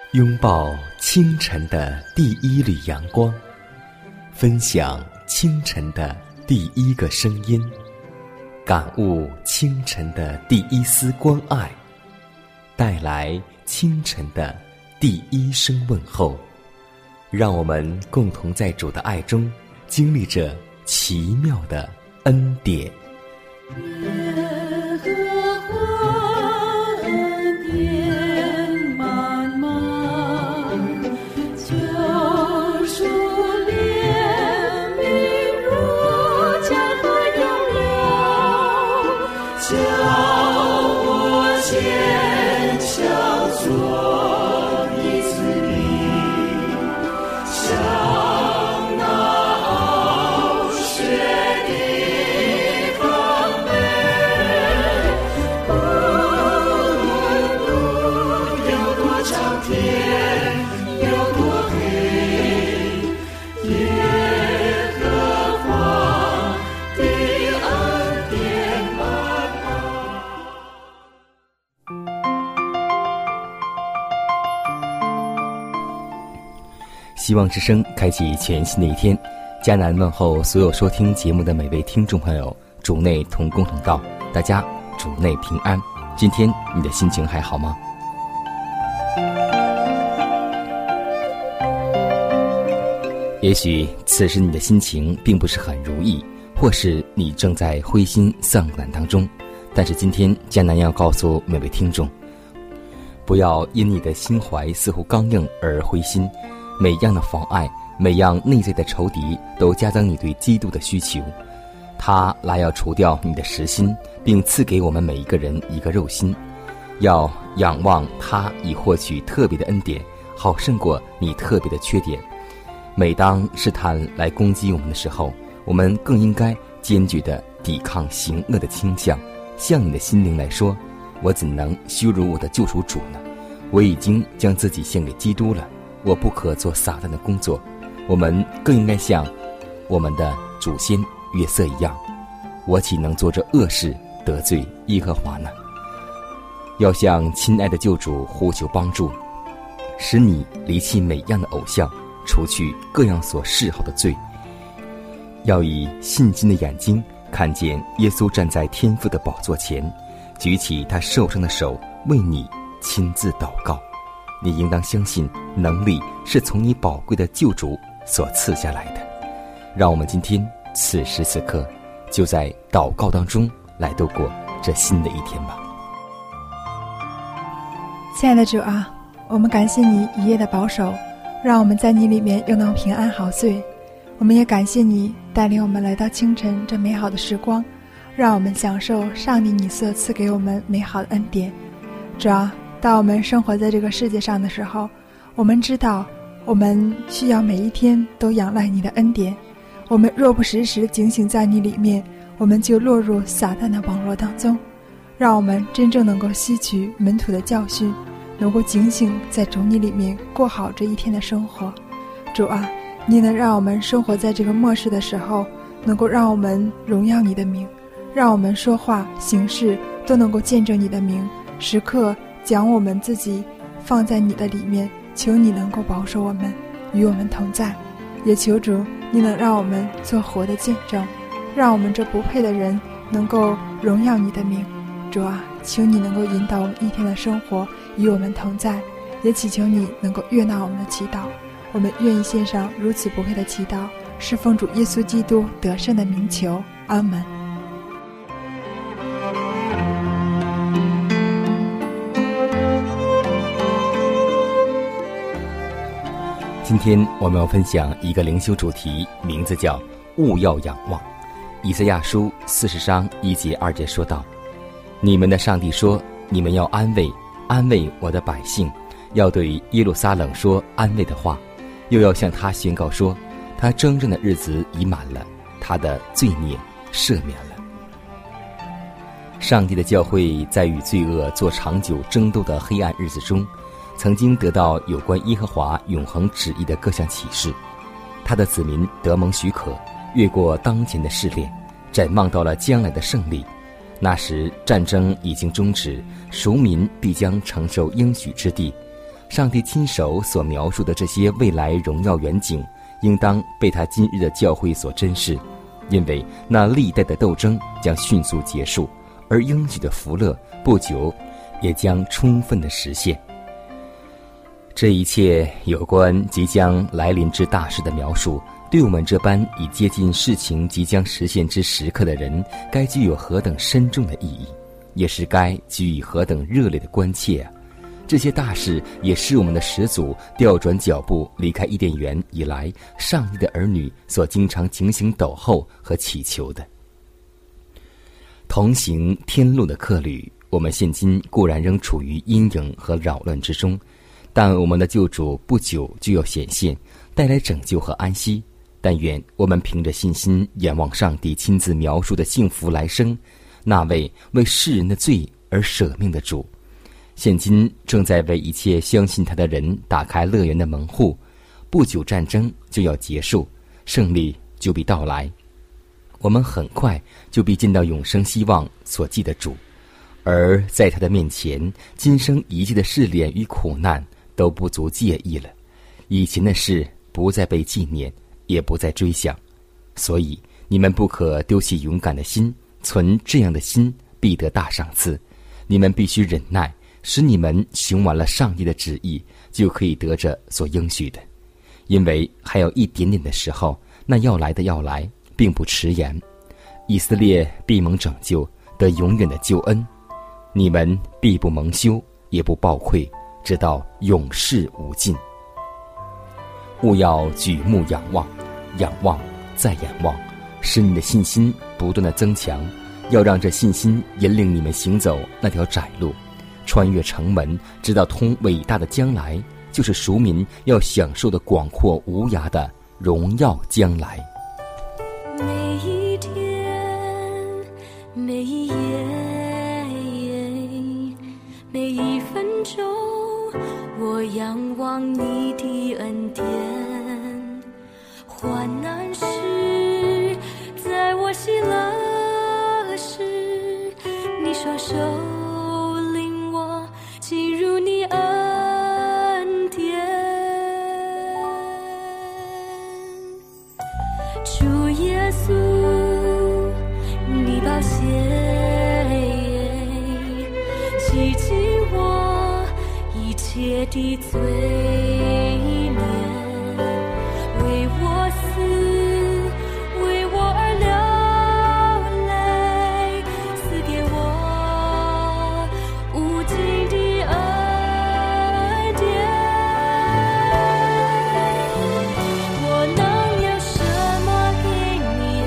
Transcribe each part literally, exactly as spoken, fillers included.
拥抱清晨的第一缕阳光，分享清晨的第一个声音，感悟清晨的第一丝关爱，带来清晨的第一声问候。让我们共同在主的爱中经历着奇妙的恩典。希望之声开启全新的一天，迦南问候所有收听节目的每位听众朋友，主内同工同道，大家主内平安。今天你的心情还好吗？也许此时你的心情并不是很如意，或是你正在灰心丧胆当中，但是今天迦南要告诉每位听众，不要因你的心怀似乎刚硬而灰心。每样的妨碍，每样内在的仇敌，都加增你对基督的需求。他来要除掉你的实心，并赐给我们每一个人一个肉心。要仰望他，以获取特别的恩典，好胜过你特别的缺点。每当试探来攻击我们的时候，我们更应该坚决地抵抗行恶的倾向。向你的心灵来说，我怎能羞辱我的救赎主呢？我已经将自己献给基督了。我不可做撒旦的工作。我们更应该像我们的祖先约瑟一样，我岂能做这恶事得罪耶和华呢？要向亲爱的救主呼求帮助，使你离弃每样的偶像，除去各样所嗜好的罪。要以信心的眼睛看见耶稣站在天父的宝座前，举起他受伤的手为你亲自祷告。你应当相信，能力是从你宝贵的救主所赐下来的。让我们今天此时此刻就在祷告当中来度过这新的一天吧。 亲爱的主啊，我们感谢你一夜的保守，让我们在你里面又能平安好睡。我们也感谢你带领我们来到清晨这美好的时光，让我们享受上帝你所赐给我们美好的恩典。主啊，当我们生活在这个世界上的时候，我们知道我们需要每一天都仰赖你的恩典。我们若不时时警醒在你里面，我们就落入撒旦的网络当中。让我们真正能够吸取门徒的教训，能够警醒在主你里面过好这一天的生活。主啊，你能让我们生活在这个末世的时候，能够让我们荣耀你的名，让我们说话行事都能够见证你的名，时刻将我们自己放在你的里面。求你能够保守我们，与我们同在，也求主你能让我们做活的见证，让我们这不配的人能够荣耀你的名。主啊，求你能够引导我们一天的生活，与我们同在，也祈求你能够悦纳我们的祈祷。我们愿意献上如此不配的祈祷，是奉主耶稣基督得胜的名求，阿们。 今天我们要分享一个灵修主题，名字叫勿要仰望。以赛亚书四十章一节二节说道，你们的上帝说，你们要安慰安慰我的百姓，要对耶路撒冷说安慰的话，又要向他宣告说，他征战的日子已满了，他的罪孽赦免了。上帝的教会在与罪恶做长久争斗的黑暗日子中，曾经得到有关耶和华永恒旨意的各项启示。他的子民得蒙许可，越过当前的试炼，展望到了将来的胜利。那时战争已经终止，赎民必将承受应许之地， 上帝亲手所描述的这些未来荣耀远景，应当被他今日的教会所珍视，因为那历代的斗争将迅速结束，而应许的福乐不久也将充分的实现。这一切有关即将来临之大事的描述，对我们这般已接近事情即将实现之时刻的人，该具有何等深重的意义，也是该给予何等热烈的关切啊！这些大事也是我们的始祖调转脚步离开伊甸园以来，上帝的儿女所经常警醒等候和祈求的。同行天路的客旅，我们现今固然仍处于阴影和扰乱之中，但我们的救主不久就要显现，带来拯救和安息。但愿我们凭着信心仰望上帝亲自描述的幸福来生，那位为世人的罪而舍命的主，现今正在为一切相信他的人打开乐园的门户。不久战争就要结束，胜利就必到来，我们很快就必见到永生希望所记的主，而在他的面前，今生一切的试炼与苦难都不足介意了，以前的事不再被纪念，也不再追想。所以你们不可丢弃勇敢的心，存这样的心必得大赏赐。你们必须忍耐，使你们行完了上帝的旨意，就可以得着所应许的。因为还有一点点的时候，那要来的要来，并不迟延。以色列必蒙拯救，得永远的救恩，你们必不蒙羞，也不抱愧，直到永世无尽。务要举目仰望，仰望再仰望，使你的信心不断的增强，要让这信心引领你们行走那条窄路，穿越城门，直到通伟大的将来，就是赎民要享受的广阔无涯的荣耀将来。 每一天，每一夜，每一分钟，我仰望你的恩典。患难时，在我喜乐时，你双手领我进入你恩典。主耶稣，你宝血洗净我一切的罪孽，为我死，为我而流泪，赐给我无尽的恩典。我能有什么给你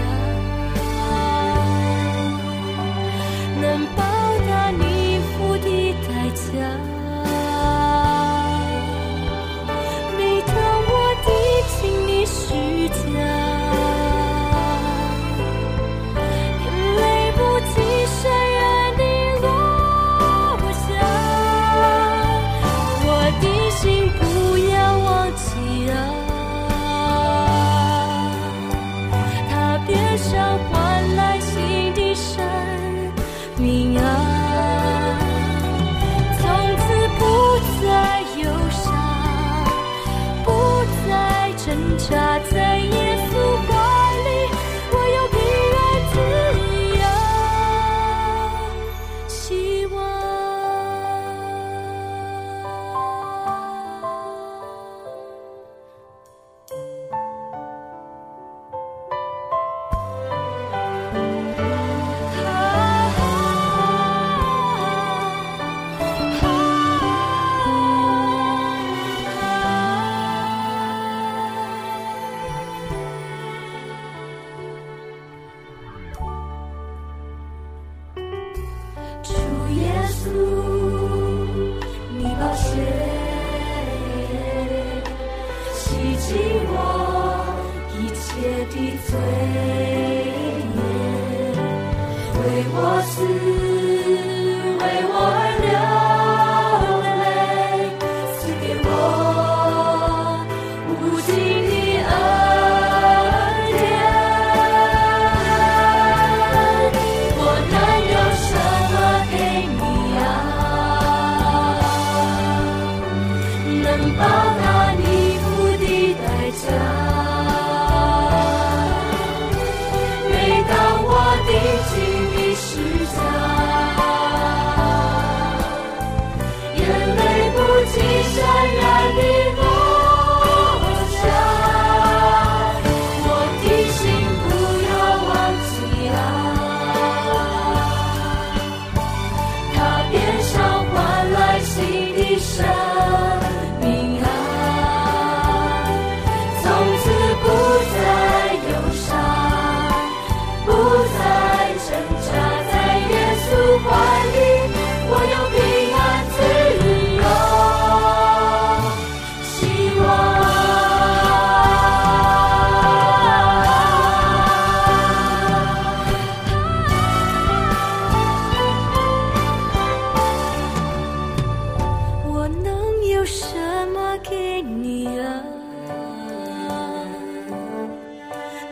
啊，能报答你付的代价？每当我提起你虚假，眼泪不停潸然地落下，我的心不要忘记啊，他边上换来新的生命啊，从此不再忧伤，不再挣扎，在耶稣怀里，我有平安自由希望。主耶稣，你宝血洗净我一切的罪孽，为我死，为我而流泪，赐给我无尽的恩典。我能有什么给你啊，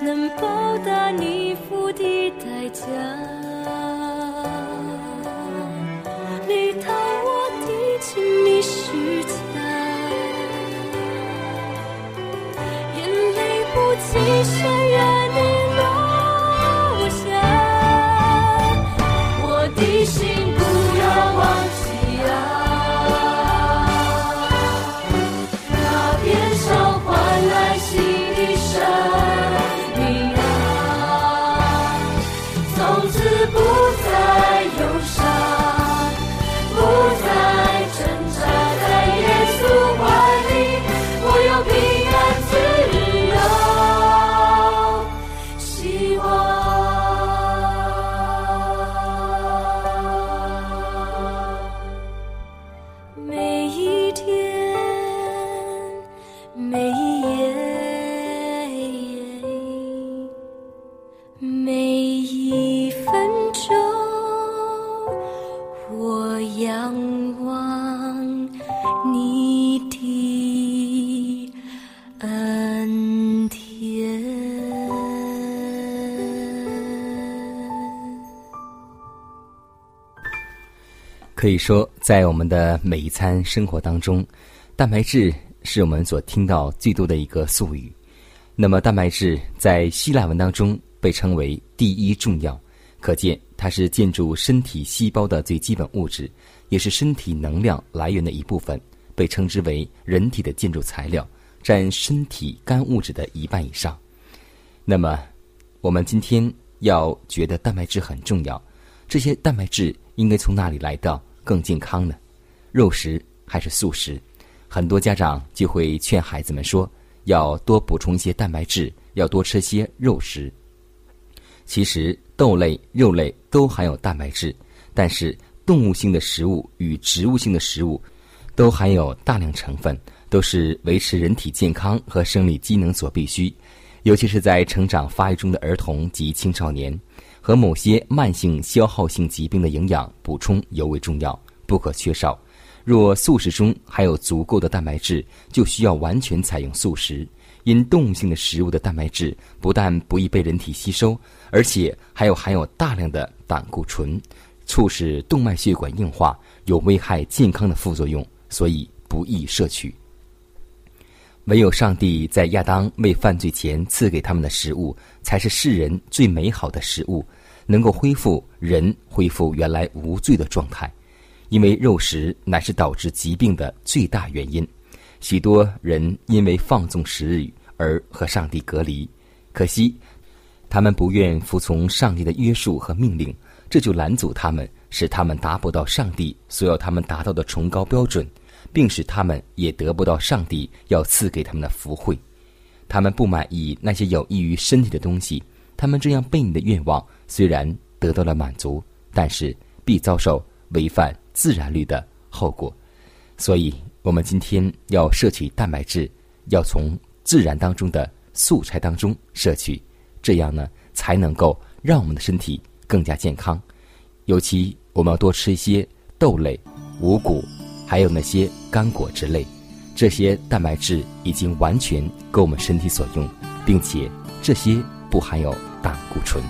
能报答你付的代价，你讨我的亲密十架，眼泪不及潸然地落下，我的心不要忘记啊，那变烧换来新的生命啊，从此不再忧伤，不再挣扎，在耶稣怀里，我有平安自由希望。每一天，每一夜，每一分钟，我仰望你的恩典。 可以说，在我们的每一餐生活当中，蛋白质是我们所听到最多的一个术语。那么蛋白质在希腊文当中被称为第一重要，可见它是建筑身体细胞的最基本物质，也是身体能量来源的一部分，被称之为人体的建筑材料，占身体干物质的一半以上。那么我们今天要觉得蛋白质很重要，这些蛋白质应该从哪里来的更健康呢？肉食还是素食？很多家长就会劝孩子们说，要多补充一些蛋白质，要多吃些肉食。其实豆类、肉类都含有蛋白质，但是动物性的食物与植物性的食物都含有大量成分，都是维持人体健康和生理机能所必须，尤其是在成长发育中的儿童及青少年，和某些慢性消耗性疾病的营养补充尤为重要，不可缺少。若素食中还有足够的蛋白质，就需要完全采用素食。因动物性的食物的蛋白质不但不易被人体吸收，而且还有含有大量的胆固醇，促使动脉血管硬化，有危害健康的副作用，所以不易摄取。唯有上帝在亚当未犯罪前赐给他们的食物，才是世人最美好的食物，能够恢复人恢复原来无罪的状态。因为肉食乃是导致疾病的最大原因，许多人因为放纵食欲而和上帝隔离，可惜他们不愿服从上帝的约束和命令，这就拦阻他们，使他们达不到上帝所要他们达到的崇高标准，并使他们也得不到上帝要赐给他们的福惠。他们不满意那些有益于身体的东西，他们这样悖逆的愿望虽然得到了满足，但是必遭受违反自然律的后果。所以我们今天要摄取蛋白质，要从自然当中的素材当中摄取，这样呢才能够让我们的身体更加健康。尤其我们要多吃一些豆类、五谷，还有那些干果之类，这些蛋白质已经完全够我们身体所用，并且这些不含有胆固醇。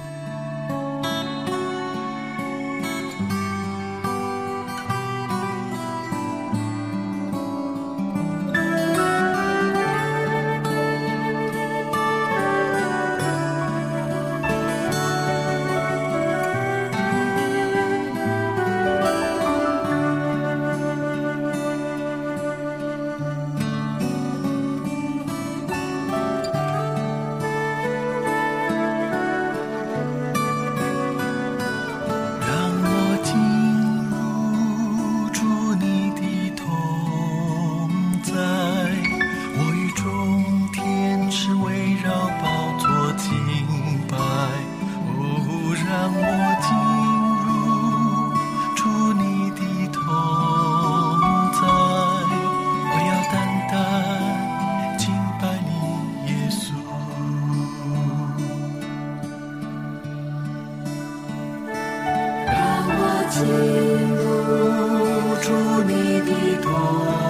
进入主你的同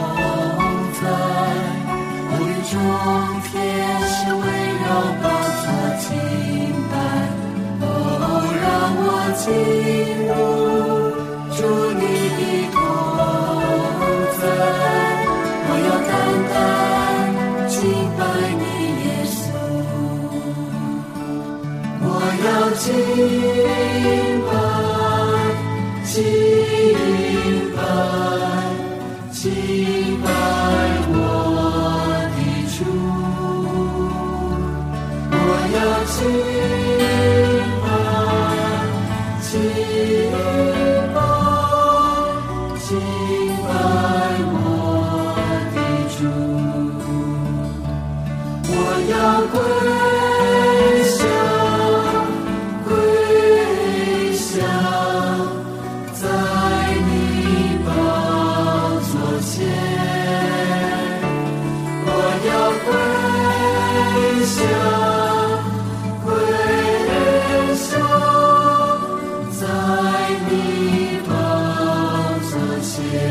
在，我与众天使围绕宝座进入主你的同在，我要单单敬拜你耶稣，我要敬拜敬拜敬拜我的主，我要敬拜敬拜敬拜我的主，我要跪下跪下在你宝座前，我要跪下跪下在你宝座前，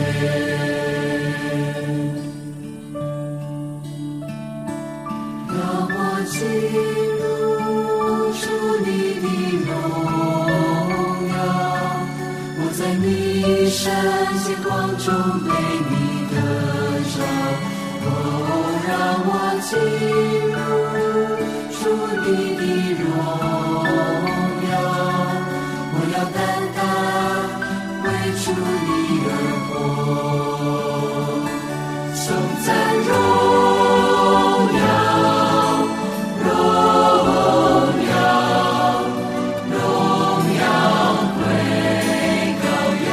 让我进入主你的荣耀，我在你圣洁光中被你得着，哦，让我进入主你的荣耀，我要单单为主你而活，颂赞荣耀荣耀荣耀归羔羊，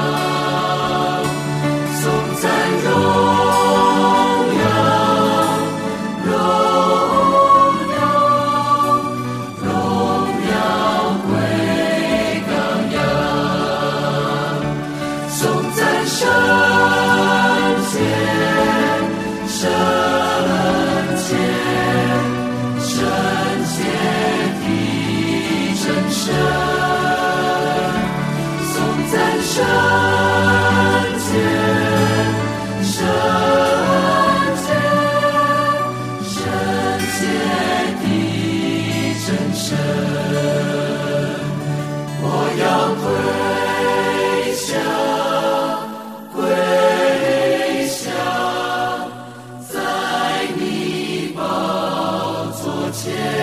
颂赞荣耀荣耀荣耀归羔羊，颂赞圣洁圣洁圣洁的真神，颂赞圣洁圣洁圣洁的真神，我要跪下跪下在你宝座前，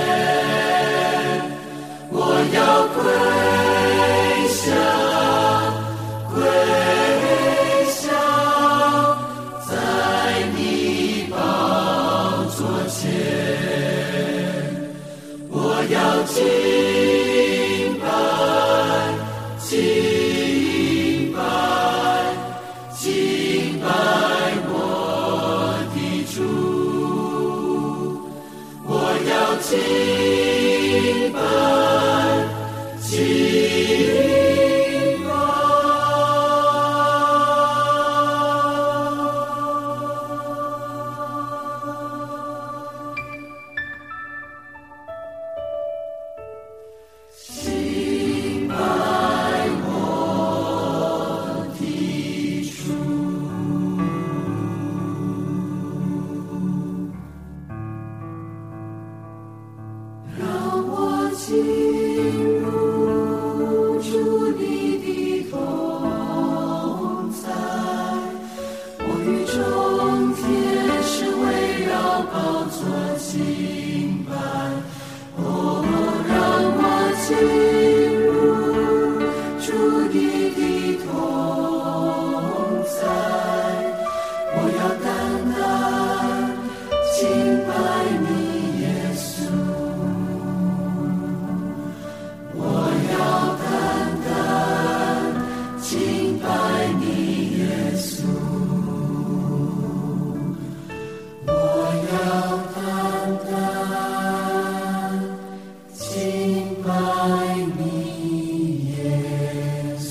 我要跪下跪下在你宝座前，我要敬拜敬拜敬拜我的主，我要敬拜敬拜。敬拜我的主，让我进入主你的同在，我与众天使围绕宝座敬拜，哦，让我进入主你的同在，我要单单敬拜你耶稣，我要单单敬拜你耶稣，我要单单敬拜你耶稣。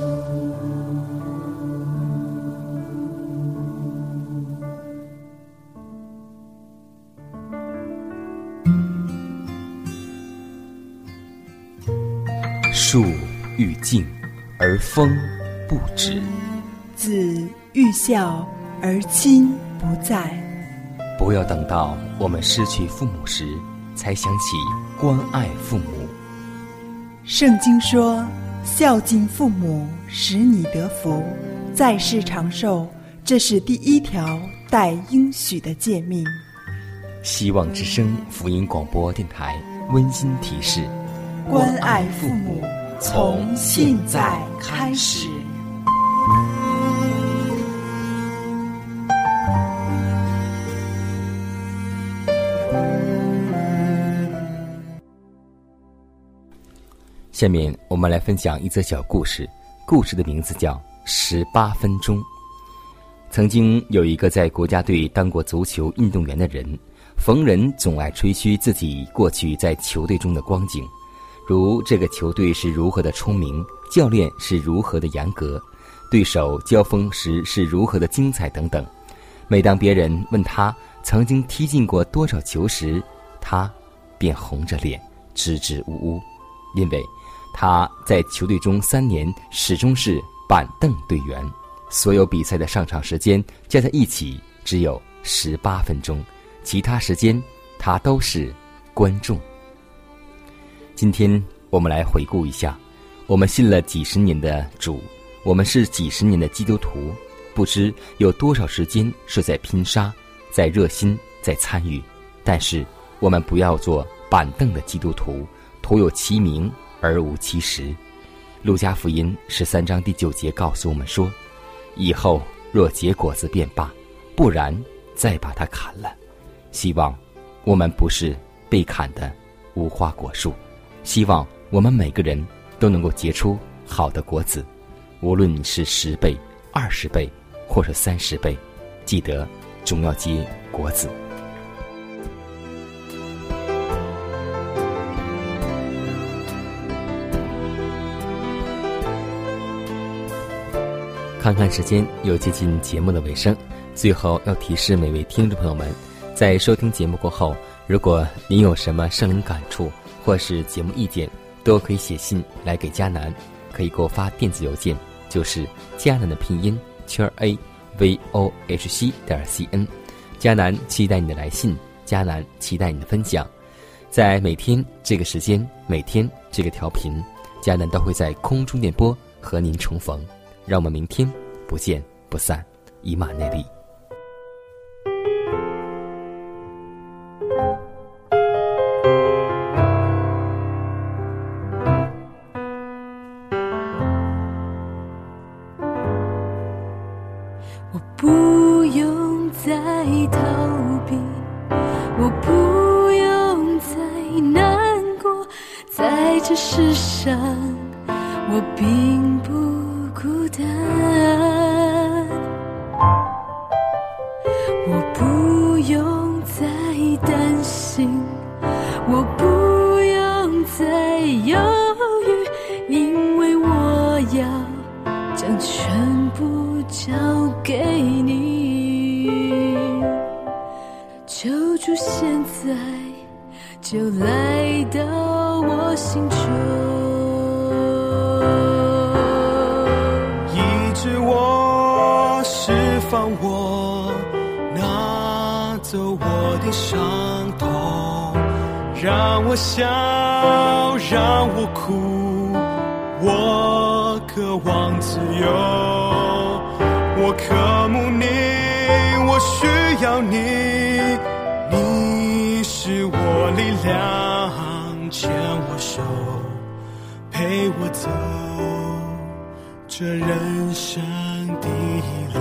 树欲静而风不止， 子欲孝而亲不在。 不要等到我们失去父母时，才想起关爱父母。 圣经说， 孝敬父母，使你得福，在世长寿，这是第一条带应许的诫命。 希望之声福音广播电台温馨提示： 关爱父母，从现在开始。 下面我们来分享一则小故事，故事的名字叫《十八分钟》。曾经有一个在国家队当过足球运动员的人，逢人总爱吹嘘自己过去在球队中的光景，如这个球队是如何的聪明，教练是如何的严格，对手交锋时是如何的精彩等等。每当别人问他曾经踢进过多少球时，他便红着脸支支吾吾，因为他在球队中三年始终是板凳队员，所有比赛的上场时间加在一起只有十八分钟，其他时间他都是观众。今天我们来回顾一下，我们信了几十年的主，我们是几十年的基督徒，不知有多少时间是在拼杀，在热心，在参与。但是我们不要做板凳的基督徒，徒有其名而无其实。路加福音十三章第九节告诉我们说，以后若结果子便罢，不然再把它砍了。希望我们不是被砍的无花果树，希望我们每个人都能够结出好的果子，无论你是十倍、二十倍或是三十倍，记得总要结果子。看看时间，又接近节目的尾声，最后要提示每位听众朋友们，在收听节目过后，如果您有什么圣灵感触或是节目意见，都可以写信来给迦南，可以给我发电子邮件，就是迦南的拼音圈 a v o h c 点 c n。迦南期待你的来信，迦南期待你的分享。在每天这个时间，每天这个调频，迦南都会在空中电波和您重逢。让我们明天不见不散，以马内利。 我不用再逃避，我不用再难过，在这世上我并不孤单，我不用再担心，我不用再犹豫，因为我要将全部交给你。求主现在就来到我心中， 是我释放我，拿走我的伤痛，让我笑，让我哭，我渴望自由，我渴慕你，我需要你，你是我力量，牵我手，陪我走这人生的路。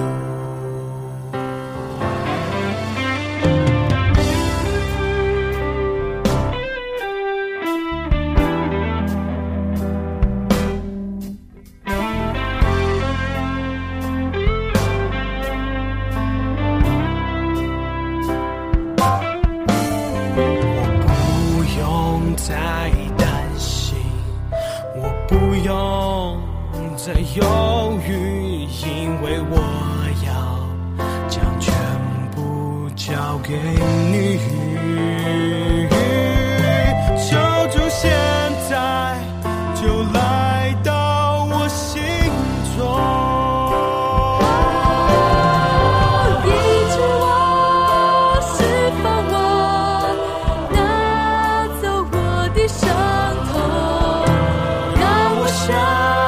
我不用再担心，我不用在犹豫，因为我要将全部交给你。求主现在就来到我心中， 医治我，释放我，拿走我的伤痛，让我笑。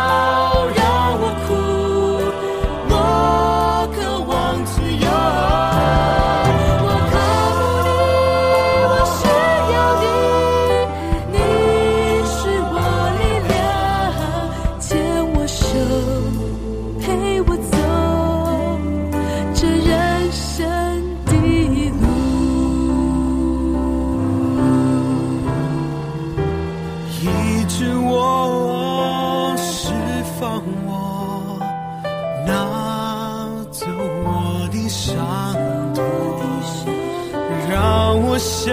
我笑，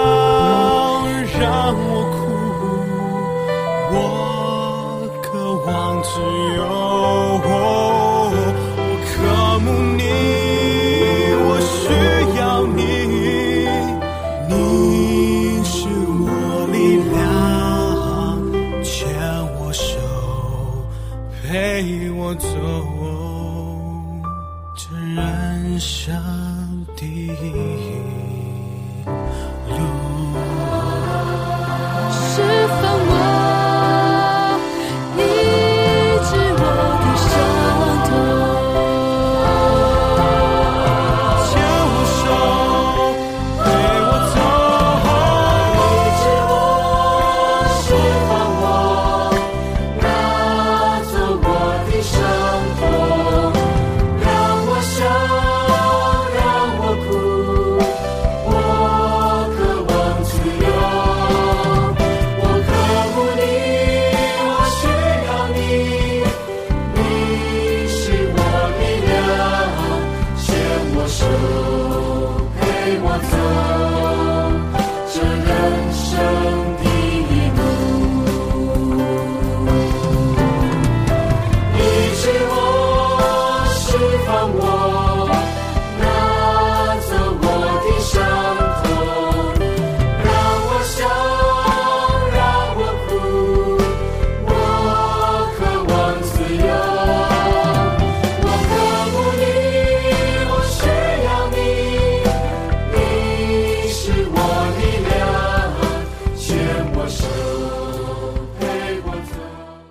让我哭，我渴望自由，我渴慕你，我需要你，你是我力量，牵我手，陪我走这人生的释放我，医治我的伤痛， 牵我手，陪我走， 医治我，释放我，拿走我的伤痛，让我笑，让我哭，我渴望自由。手陪我走。